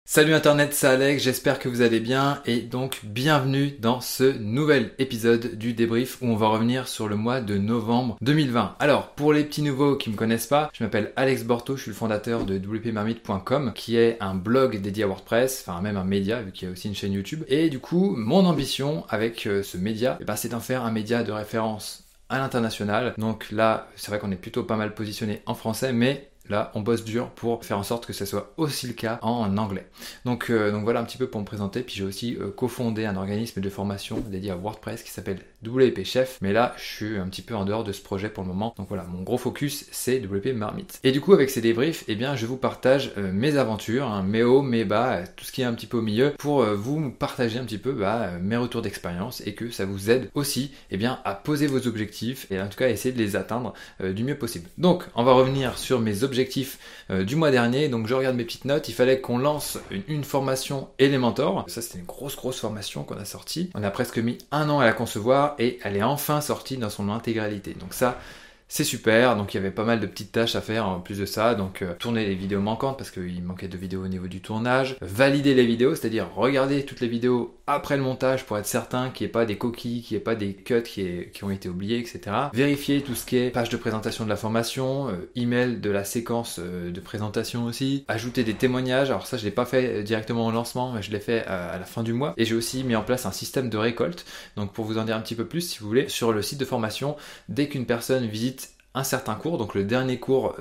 Salut internet, c'est Alex, j'espère que vous allez bien et donc bienvenue dans ce nouvel épisode du débrief où on va revenir sur le mois de novembre 2020. Alors pour les petits nouveaux qui me connaissent pas, je m'appelle Alex Borto, je suis le fondateur de wpmarmite.com qui est un blog dédié à WordPress, enfin même un média vu qu'il y a aussi une chaîne YouTube. Et du coup mon ambition avec ce média, c'est d'en faire un média de référence à l'international. Donc là c'est vrai qu'on est plutôt pas mal positionné en français mais là, on bosse dur pour faire en sorte que ça soit aussi le cas en anglais. Donc voilà un petit peu pour me présenter. Puis j'ai aussi cofondé un organisme de formation dédié à WordPress qui s'appelle WP Chef. Mais là, je suis un petit peu en dehors de ce projet pour le moment. Donc voilà, mon gros focus, c'est WP Marmite. Et du coup, avec ces débriefs, je vous partage mes aventures, mes hauts, mes bas, tout ce qui est un petit peu au milieu, pour vous partager un petit peu mes retours d'expérience et que ça vous aide aussi à poser vos objectifs et en tout cas à essayer de les atteindre du mieux possible. Donc, on va revenir sur mes objectifs du mois dernier. Donc je regarde mes petites notes, il fallait qu'on lance une formation Elementor. Ça c'était une grosse formation qu'on a sortie. On a presque mis 1 an à la concevoir et elle est enfin sortie dans son intégralité. Donc ça c'est super, donc il y avait pas mal de petites tâches à faire en plus de ça, donc tourner les vidéos manquantes parce qu'il manquait de vidéos au niveau du tournage, valider les vidéos, c'est-à-dire regarder toutes les vidéos après le montage pour être certain qu'il n'y ait pas des coquilles, qu'il n'y ait pas des cuts qui ont été oubliés, etc. Vérifier tout ce qui est page de présentation de la formation, email de la séquence de présentation aussi, ajouter des témoignages, alors ça je l'ai pas fait directement au lancement, mais je l'ai fait à la fin du mois, et j'ai aussi mis en place un système de récolte, donc pour vous en dire un petit peu plus si vous voulez, sur le site de formation, dès qu'une personne visite un certain cours, donc le dernier cours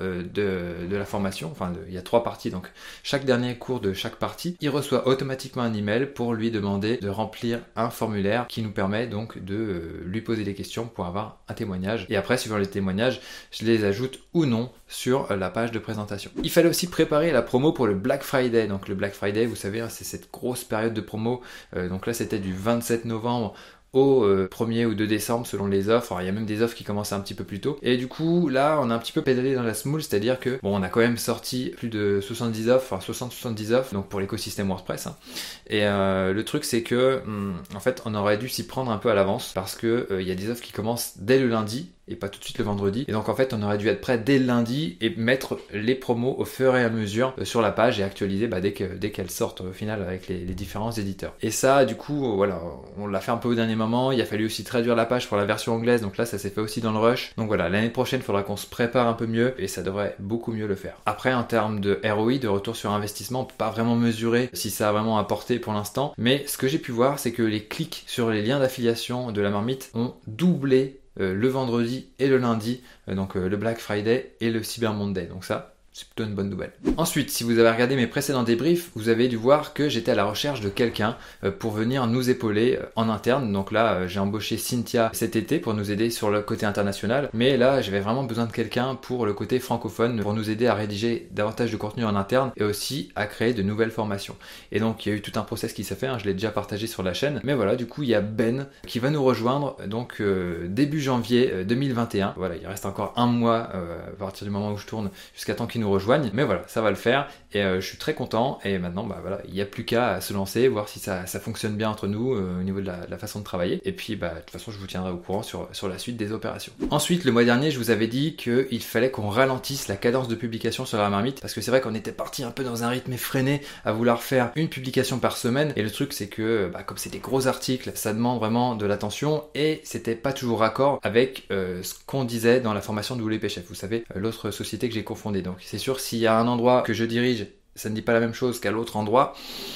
de la formation, il y a 3 parties, donc chaque dernier cours de chaque partie, il reçoit automatiquement un email pour lui demander de remplir un formulaire qui nous permet donc de lui poser des questions pour avoir un témoignage. Et après, suivant les témoignages, je les ajoute ou non sur la page de présentation. Il fallait aussi préparer la promo pour le Black Friday. Donc le Black Friday, vous savez, c'est cette grosse période de promo. Donc là, c'était du 27 novembre au 1er ou 2 décembre selon les offres. Alors, il y a même des offres qui commencent un petit peu plus tôt. Et du coup, là, on a un petit peu pédalé dans la semoule, c'est-à-dire que, on a quand même sorti plus de 70 offres, 60-70 offres, donc pour l'écosystème WordPress. Et le truc, c'est que, en fait, on aurait dû s'y prendre un peu à l'avance parce que il y a des offres qui commencent dès le lundi et pas tout de suite le vendredi. Et donc en fait on aurait dû être prêt dès le lundi et mettre les promos au fur et à mesure sur la page et actualiser dès qu'elles sortent au final avec les différents éditeurs. Et ça du coup voilà, on l'a fait un peu au dernier moment. Il a fallu aussi traduire la page pour la version anglaise, donc là ça s'est fait aussi dans le rush. Donc voilà, l'année prochaine il faudra qu'on se prépare un peu mieux et ça devrait beaucoup mieux le faire. Après en termes de ROI, de retour sur investissement, on peut pas vraiment mesurer si ça a vraiment apporté pour l'instant, mais ce que j'ai pu voir c'est que les clics sur les liens d'affiliation de la marmite ont doublé le vendredi et le lundi, donc le Black Friday et le Cyber Monday. Donc ça, c'est plutôt une bonne nouvelle. Ensuite, si vous avez regardé mes précédents débriefs, vous avez dû voir que j'étais à la recherche de quelqu'un pour venir nous épauler en interne. Donc là, j'ai embauché Cynthia cet été pour nous aider sur le côté international. Mais là, j'avais vraiment besoin de quelqu'un pour le côté francophone, pour nous aider à rédiger davantage de contenu en interne et aussi à créer de nouvelles formations. Et donc, il y a eu tout un process qui s'est fait, je l'ai déjà partagé sur la chaîne. Mais voilà, du coup, il y a Ben qui va nous rejoindre donc début janvier 2021. Voilà, il reste encore 1 mois à partir du moment où je tourne jusqu'à temps qu'il nous rejoignent, mais voilà, ça va le faire et je suis très content et maintenant il n'y a plus qu'à se lancer, voir si ça fonctionne bien entre nous au niveau de la façon de travailler et puis de toute façon je vous tiendrai au courant sur la suite des opérations. Ensuite, le mois dernier je vous avais dit qu'il fallait qu'on ralentisse la cadence de publication sur la marmite parce que c'est vrai qu'on était parti un peu dans un rythme effréné à vouloir faire une publication par semaine et le truc c'est que comme c'est des gros articles, ça demande vraiment de l'attention et c'était pas toujours raccord avec ce qu'on disait dans la formation de WP Chef, vous savez, l'autre société que j'ai cofondée. Donc c'est sûr, s'il y a un endroit que je dirige, ça ne dit pas la même chose qu'à l'autre endroit,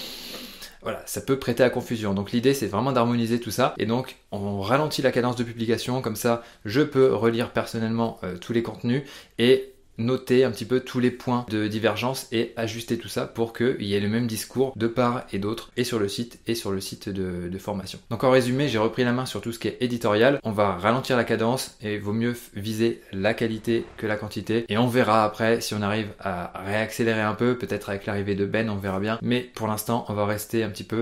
voilà, ça peut prêter à confusion. Donc l'idée c'est vraiment d'harmoniser tout ça et donc on ralentit la cadence de publication, comme ça je peux relire personnellement tous les contenus et noter un petit peu tous les points de divergence et ajuster tout ça pour qu'il y ait le même discours de part et d'autre et sur le site de formation. Donc en résumé, j'ai repris la main sur tout ce qui est éditorial. On va ralentir la cadence et il vaut mieux viser la qualité que la quantité et on verra après si on arrive à réaccélérer un peu, peut-être avec l'arrivée de Ben, on verra bien. Mais pour l'instant, on va rester un petit peu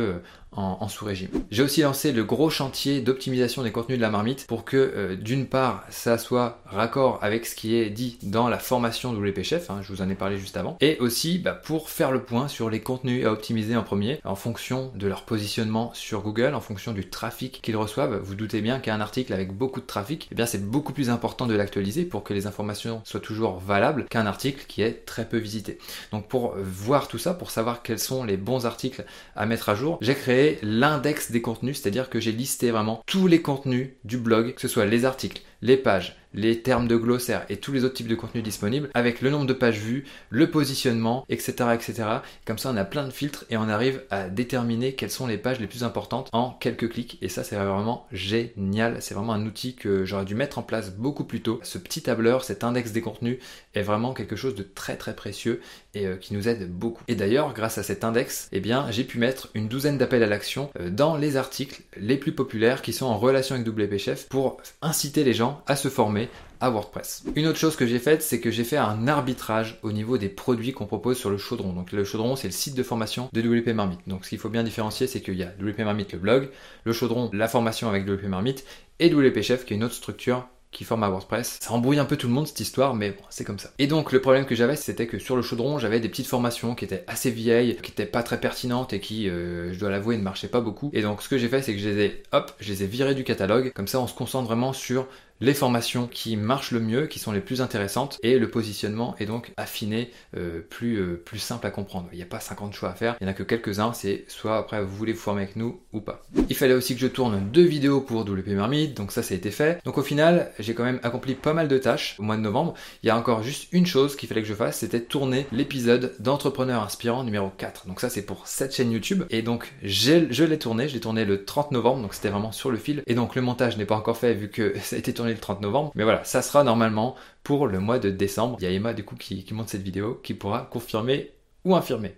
en sous-régime. J'ai aussi lancé le gros chantier d'optimisation des contenus de la marmite pour que d'une part ça soit raccord avec ce qui est dit dans la formation WP Chef, je vous en ai parlé juste avant, et aussi pour faire le point sur les contenus à optimiser en premier en fonction de leur positionnement sur Google, en fonction du trafic qu'ils reçoivent. Vous doutez bien qu'un article avec beaucoup de trafic, eh bien c'est beaucoup plus important de l'actualiser pour que les informations soient toujours valables qu'un article qui est très peu visité. Donc pour voir tout ça, pour savoir quels sont les bons articles à mettre à jour, j'ai créé l'index des contenus, c'est-à-dire que j'ai listé vraiment tous les contenus du blog, que ce soit les articles, les pages, les termes de glossaire et tous les autres types de contenus disponibles avec le nombre de pages vues, le positionnement, etc. etc. Comme ça, on a plein de filtres et on arrive à déterminer quelles sont les pages les plus importantes en quelques clics. Et ça, c'est vraiment génial. C'est vraiment un outil que j'aurais dû mettre en place beaucoup plus tôt. Ce petit tableur, cet index des contenus est vraiment quelque chose de très très précieux et qui nous aide beaucoup. Et d'ailleurs, grâce à cet index, eh bien, j'ai pu mettre une douzaine d'appels à l'action dans les articles les plus populaires qui sont en relation avec WP Chef pour inciter les gens à se former à WordPress. Une autre chose que j'ai faite, c'est que j'ai fait un arbitrage au niveau des produits qu'on propose sur le Chaudron. Donc le Chaudron, c'est le site de formation de WP Marmite. Donc ce qu'il faut bien différencier, c'est qu'il y a WP Marmite, le blog, le Chaudron, la formation avec WP Marmite, et WP Chef, qui est une autre structure qui forme à WordPress. Ça embrouille un peu tout le monde cette histoire, mais bon, c'est comme ça. Et donc le problème que j'avais, c'était que sur le Chaudron, j'avais des petites formations qui étaient assez vieilles, qui étaient pas très pertinentes et qui, je dois l'avouer, ne marchaient pas beaucoup. Et donc ce que j'ai fait, c'est que je les ai virées du catalogue. Comme ça, on se concentre vraiment sur les formations qui marchent le mieux, qui sont les plus intéressantes, et le positionnement est donc affiné, plus simple à comprendre. Il n'y a pas 50 choix à faire, il n'y en a que quelques-uns, c'est soit après vous voulez vous former avec nous ou pas. Il fallait aussi que je tourne 2 vidéos pour WP Marmite, donc ça a été fait. Donc au final, j'ai quand même accompli pas mal de tâches au mois de novembre. Il y a encore juste une chose qu'il fallait que je fasse, c'était tourner l'épisode d'Entrepreneur Inspirant numéro 4. Donc ça c'est pour cette chaîne YouTube, et donc je l'ai tourné le 30 novembre, donc c'était vraiment sur le fil, et donc le montage n'est pas encore fait vu que ça a été tourné le 30 novembre, mais voilà, ça sera normalement pour le mois de décembre. Il y a Emma du coup qui monte cette vidéo, qui pourra confirmer ou infirmer.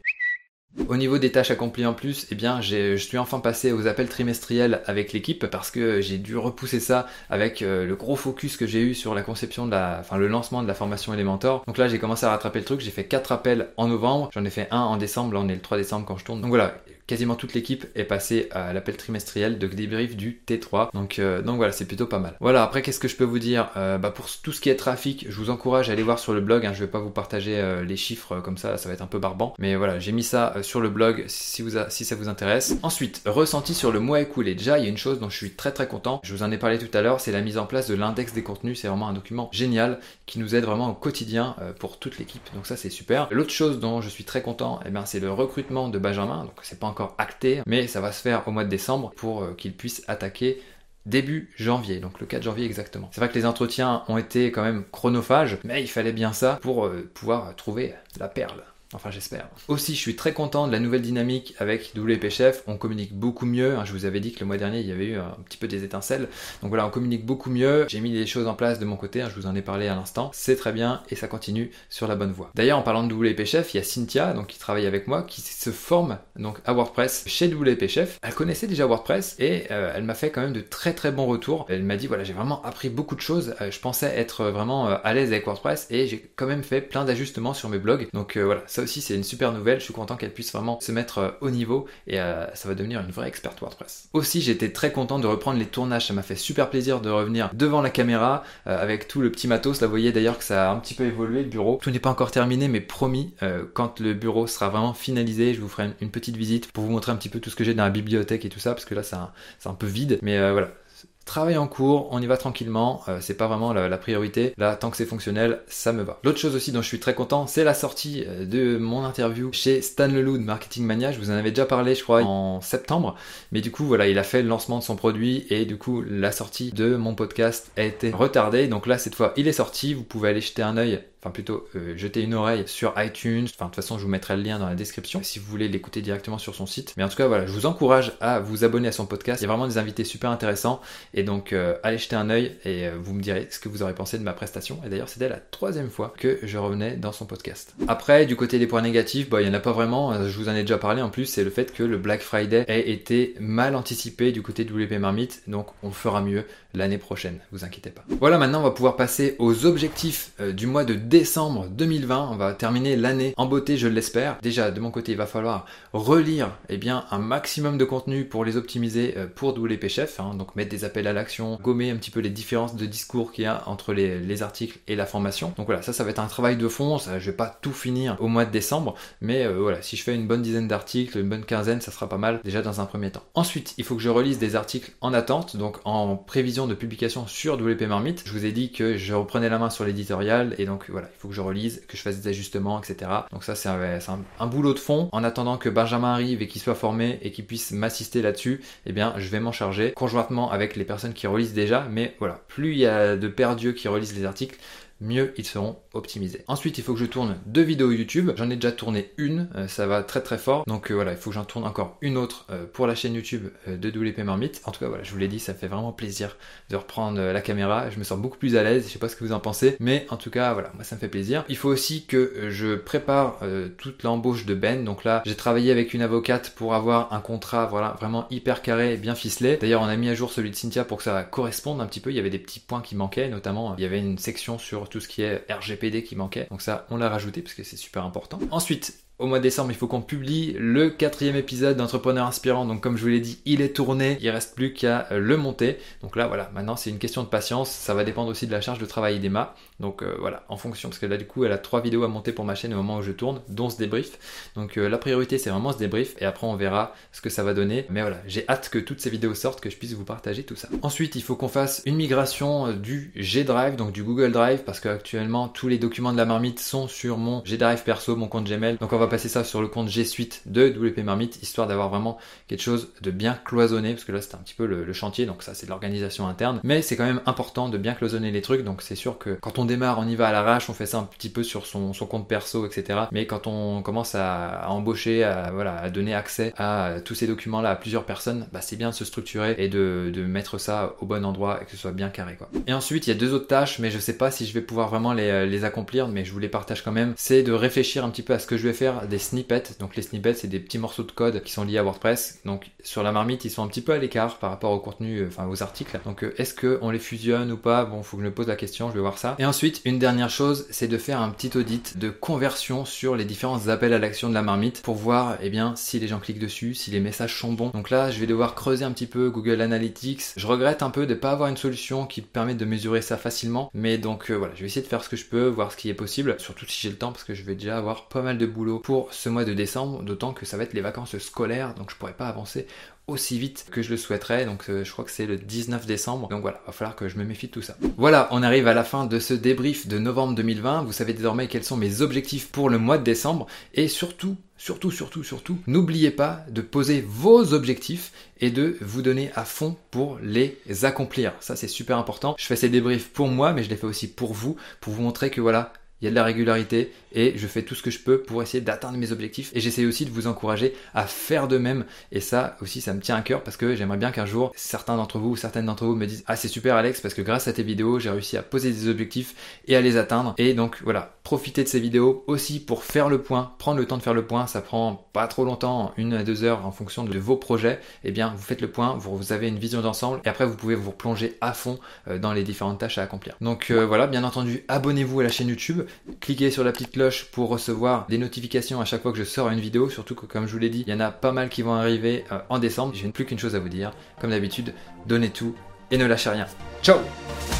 Au niveau des tâches accomplies en plus, eh bien, je suis enfin passé aux appels trimestriels avec l'équipe parce que j'ai dû repousser ça avec le gros focus que j'ai eu sur la conception le lancement de la formation Elementor. Donc là, j'ai commencé à rattraper le truc. J'ai fait 4 appels en novembre. J'en ai fait un en décembre. Là, on est le 3 décembre quand je tourne. Donc voilà. Quasiment toute l'équipe est passée à l'appel trimestriel de débrief du T3. Donc voilà, c'est plutôt pas mal. Voilà, après qu'est-ce que je peux vous dire, pour tout ce qui est trafic, je vous encourage à aller voir sur le blog. Je vais pas vous partager les chiffres comme ça va être un peu barbant. Mais voilà, j'ai mis ça sur le blog si ça vous intéresse. Ensuite, ressenti sur le mois écoulé. Déjà, il y a une chose dont je suis très très content. Je vous en ai parlé tout à l'heure, c'est la mise en place de l'index des contenus. C'est vraiment un document génial qui nous aide vraiment au quotidien pour toute l'équipe. Donc ça, c'est super. L'autre chose dont je suis très content, c'est le recrutement de Benjamin. Donc c'est pas encore acté, mais ça va se faire au mois de décembre pour qu'il puisse attaquer début janvier, donc le 4 janvier exactement. C'est vrai que les entretiens ont été quand même chronophages, mais il fallait bien ça pour pouvoir trouver la perle. Enfin, j'espère. Aussi, je suis très content de la nouvelle dynamique avec WP Chef. On communique beaucoup mieux. Je vous avais dit que le mois dernier, il y avait eu un petit peu des étincelles. Donc voilà, on communique beaucoup mieux. J'ai mis des choses en place de mon côté. Je vous en ai parlé à l'instant. C'est très bien et ça continue sur la bonne voie. D'ailleurs, en parlant de WP Chef, il y a Cynthia, donc qui travaille avec moi, qui se forme donc à WordPress chez WP Chef. Elle connaissait déjà WordPress et elle m'a fait quand même de très très bons retours. Elle m'a dit voilà, j'ai vraiment appris beaucoup de choses. Je pensais être vraiment à l'aise avec WordPress et j'ai quand même fait plein d'ajustements sur mes blogs. Donc voilà, ça aussi c'est une super nouvelle, je suis content qu'elle puisse vraiment se mettre au niveau et ça va devenir une vraie experte WordPress. Aussi j'étais très content de reprendre les tournages, ça m'a fait super plaisir de revenir devant la caméra avec tout le petit matos. Là vous voyez d'ailleurs que ça a un petit peu évolué le bureau. Tout n'est pas encore terminé mais promis, quand le bureau sera vraiment finalisé, je vous ferai une petite visite pour vous montrer un petit peu tout ce que j'ai dans la bibliothèque et tout ça parce que là c'est un peu vide mais voilà. Travail en cours, on y va tranquillement, c'est pas vraiment la priorité. Là, tant que c'est fonctionnel, ça me va. L'autre chose aussi dont je suis très content, c'est la sortie de mon interview chez Stan Leloup de Marketing Mania. Je vous en avais déjà parlé, je crois, en septembre. Mais du coup, voilà, il a fait le lancement de son produit et du coup, la sortie de mon podcast a été retardée. Donc là, cette fois, il est sorti. Vous pouvez aller jeter un œil. Enfin plutôt jeter une oreille sur iTunes, enfin de toute façon je vous mettrai le lien dans la description si vous voulez l'écouter directement sur son site. Mais en tout cas voilà, je vous encourage à vous abonner à son podcast, il y a vraiment des invités super intéressants et donc allez jeter un œil et vous me direz ce que vous aurez pensé de ma prestation. Et d'ailleurs c'était la 3e fois que je revenais dans son podcast. Après du côté des points négatifs, il n'y en a pas vraiment, je vous en ai déjà parlé en plus, c'est le fait que le Black Friday ait été mal anticipé du côté de WP Marmite, donc on le fera mieux l'année prochaine, vous inquiétez pas. Voilà, maintenant on va pouvoir passer aux objectifs du mois de décembre 2020. On va terminer l'année en beauté, je l'espère. Déjà, de mon côté, il va falloir relire un maximum de contenu pour les optimiser pour WP Chef, donc mettre des appels à l'action, gommer un petit peu les différences de discours qu'il y a entre les articles et la formation. Donc voilà, ça va être un travail de fond. Je vais pas tout finir au mois de décembre, mais voilà, si je fais une bonne dizaine d'articles, une bonne quinzaine, ça sera pas mal déjà dans un premier temps. Ensuite, il faut que je relise des articles en attente, donc en prévision de publication sur WP Marmite. Je vous ai dit que je reprenais la main sur l'éditorial et donc voilà, il faut que je relise, que je fasse des ajustements, etc. Donc ça c'est un boulot de fond. En attendant que Benjamin arrive et qu'il soit formé et qu'il puisse m'assister là-dessus, je vais m'en charger conjointement avec les personnes qui relisent déjà. Mais voilà, plus il y a de perdus qui relisent les articles, mieux ils seront optimisés. Ensuite, il faut que je tourne 2 vidéos YouTube. J'en ai déjà tourné une, ça va très très fort. Donc voilà, il faut que j'en tourne encore une autre pour la chaîne YouTube de WP Marmite. En tout cas, voilà, je vous l'ai dit, ça me fait vraiment plaisir de reprendre la caméra. Je me sens beaucoup plus à l'aise, je sais pas ce que vous en pensez, mais en tout cas, voilà, moi ça me fait plaisir. Il faut aussi que je prépare toute l'embauche de Ben. Donc là, j'ai travaillé avec une avocate pour avoir un contrat vraiment hyper carré et bien ficelé. D'ailleurs, on a mis à jour celui de Cynthia pour que ça corresponde un petit peu. Il y avait des petits points qui manquaient, notamment il y avait une section sur tout ce qui est RGPD qui manquait, donc ça on l'a rajouté parce que c'est super important. Ensuite, au mois de décembre, il faut qu'on publie le 4e épisode d'Entrepreneur Inspirant. Donc comme je vous l'ai dit, il est tourné, il reste plus qu'à le monter. Donc là voilà, maintenant c'est une question de patience, ça va dépendre aussi de la charge de travail d'Emma. Donc voilà, en fonction, parce que là du coup elle a 3 vidéos à monter pour ma chaîne au moment où je tourne, dont ce débrief. Donc la priorité c'est vraiment ce débrief et après on verra ce que ça va donner. Mais voilà, j'ai hâte que toutes ces vidéos sortent, que je puisse vous partager tout ça. Ensuite, il faut qu'on fasse une migration du G Drive, donc du Google Drive, parce qu'actuellement tous les documents de la marmite sont sur mon G Drive perso, mon compte Gmail. Donc on va passer ça sur le compte G Suite de WP Marmite, histoire d'avoir vraiment quelque chose de bien cloisonné, parce que là c'était un petit peu le chantier, donc ça c'est de l'organisation interne, mais c'est quand même important de bien cloisonner les trucs. Donc c'est sûr que quand on démarre, on y va à l'arrache, on fait ça un petit peu sur son compte perso, etc. Mais quand on commence à embaucher, à donner accès à tous ces documents là à plusieurs personnes, c'est bien de se structurer et de mettre ça au bon endroit et que ce soit bien carré, quoi. Et ensuite il y a 2 autres tâches, mais je sais pas si je vais pouvoir vraiment les accomplir, mais je vous les partage quand même. C'est de réfléchir un petit peu à ce que je vais faire des snippets. Donc les snippets, c'est des petits morceaux de code qui sont liés à WordPress. Donc sur la marmite, ils sont un petit peu à l'écart par rapport au contenu, aux articles. Donc est-ce qu'on les fusionne ou pas? Bon, faut que je me pose la question, je vais voir ça. Et ensuite, une dernière chose, c'est de faire un petit audit de conversion sur les différents appels à l'action de la marmite pour voir si les gens cliquent dessus, si les messages sont bons. Donc là, je vais devoir creuser un petit peu Google Analytics. Je regrette un peu de pas avoir une solution qui permet de mesurer ça facilement. Mais donc voilà, je vais essayer de faire ce que je peux, voir ce qui est possible, surtout si j'ai le temps, parce que je vais déjà avoir pas mal de boulot pour ce mois de décembre, d'autant que ça va être les vacances scolaires, donc je pourrais pas avancer aussi vite que je le souhaiterais. Donc je crois que c'est le 19 décembre, donc voilà, va falloir que je me méfie de tout ça. Voilà, on arrive à la fin de ce débrief de novembre 2020. Vous savez désormais quels sont mes objectifs pour le mois de décembre, et surtout, n'oubliez pas de poser vos objectifs et de vous donner à fond pour les accomplir. Ça c'est super important. Je fais ces débriefs pour moi, mais je les fais aussi pour vous montrer que voilà, il y a de la régularité et je fais tout ce que je peux pour essayer d'atteindre mes objectifs, et j'essaie aussi de vous encourager à faire de même. Et ça aussi, ça me tient à cœur, parce que j'aimerais bien qu'un jour certains d'entre vous ou certaines d'entre vous me disent: ah, c'est super Alex, parce que grâce à tes vidéos j'ai réussi à poser des objectifs et à les atteindre. Et donc voilà, profitez de ces vidéos aussi pour faire le point, prendre le temps de faire le point. Ça prend pas trop longtemps, 1 à 2 heures en fonction de vos projets. Et bien vous faites le point, vous avez une vision d'ensemble, et après vous pouvez vous replonger à fond dans les différentes tâches à accomplir. Donc voilà, bien entendu, abonnez-vous à la chaîne YouTube, cliquez sur la petite cloche pour recevoir des notifications à chaque fois que je sors une vidéo, surtout que comme je vous l'ai dit, il y en a pas mal qui vont arriver en décembre. J'ai plus qu'une chose à vous dire, comme d'habitude, donnez tout et ne lâchez rien. Ciao!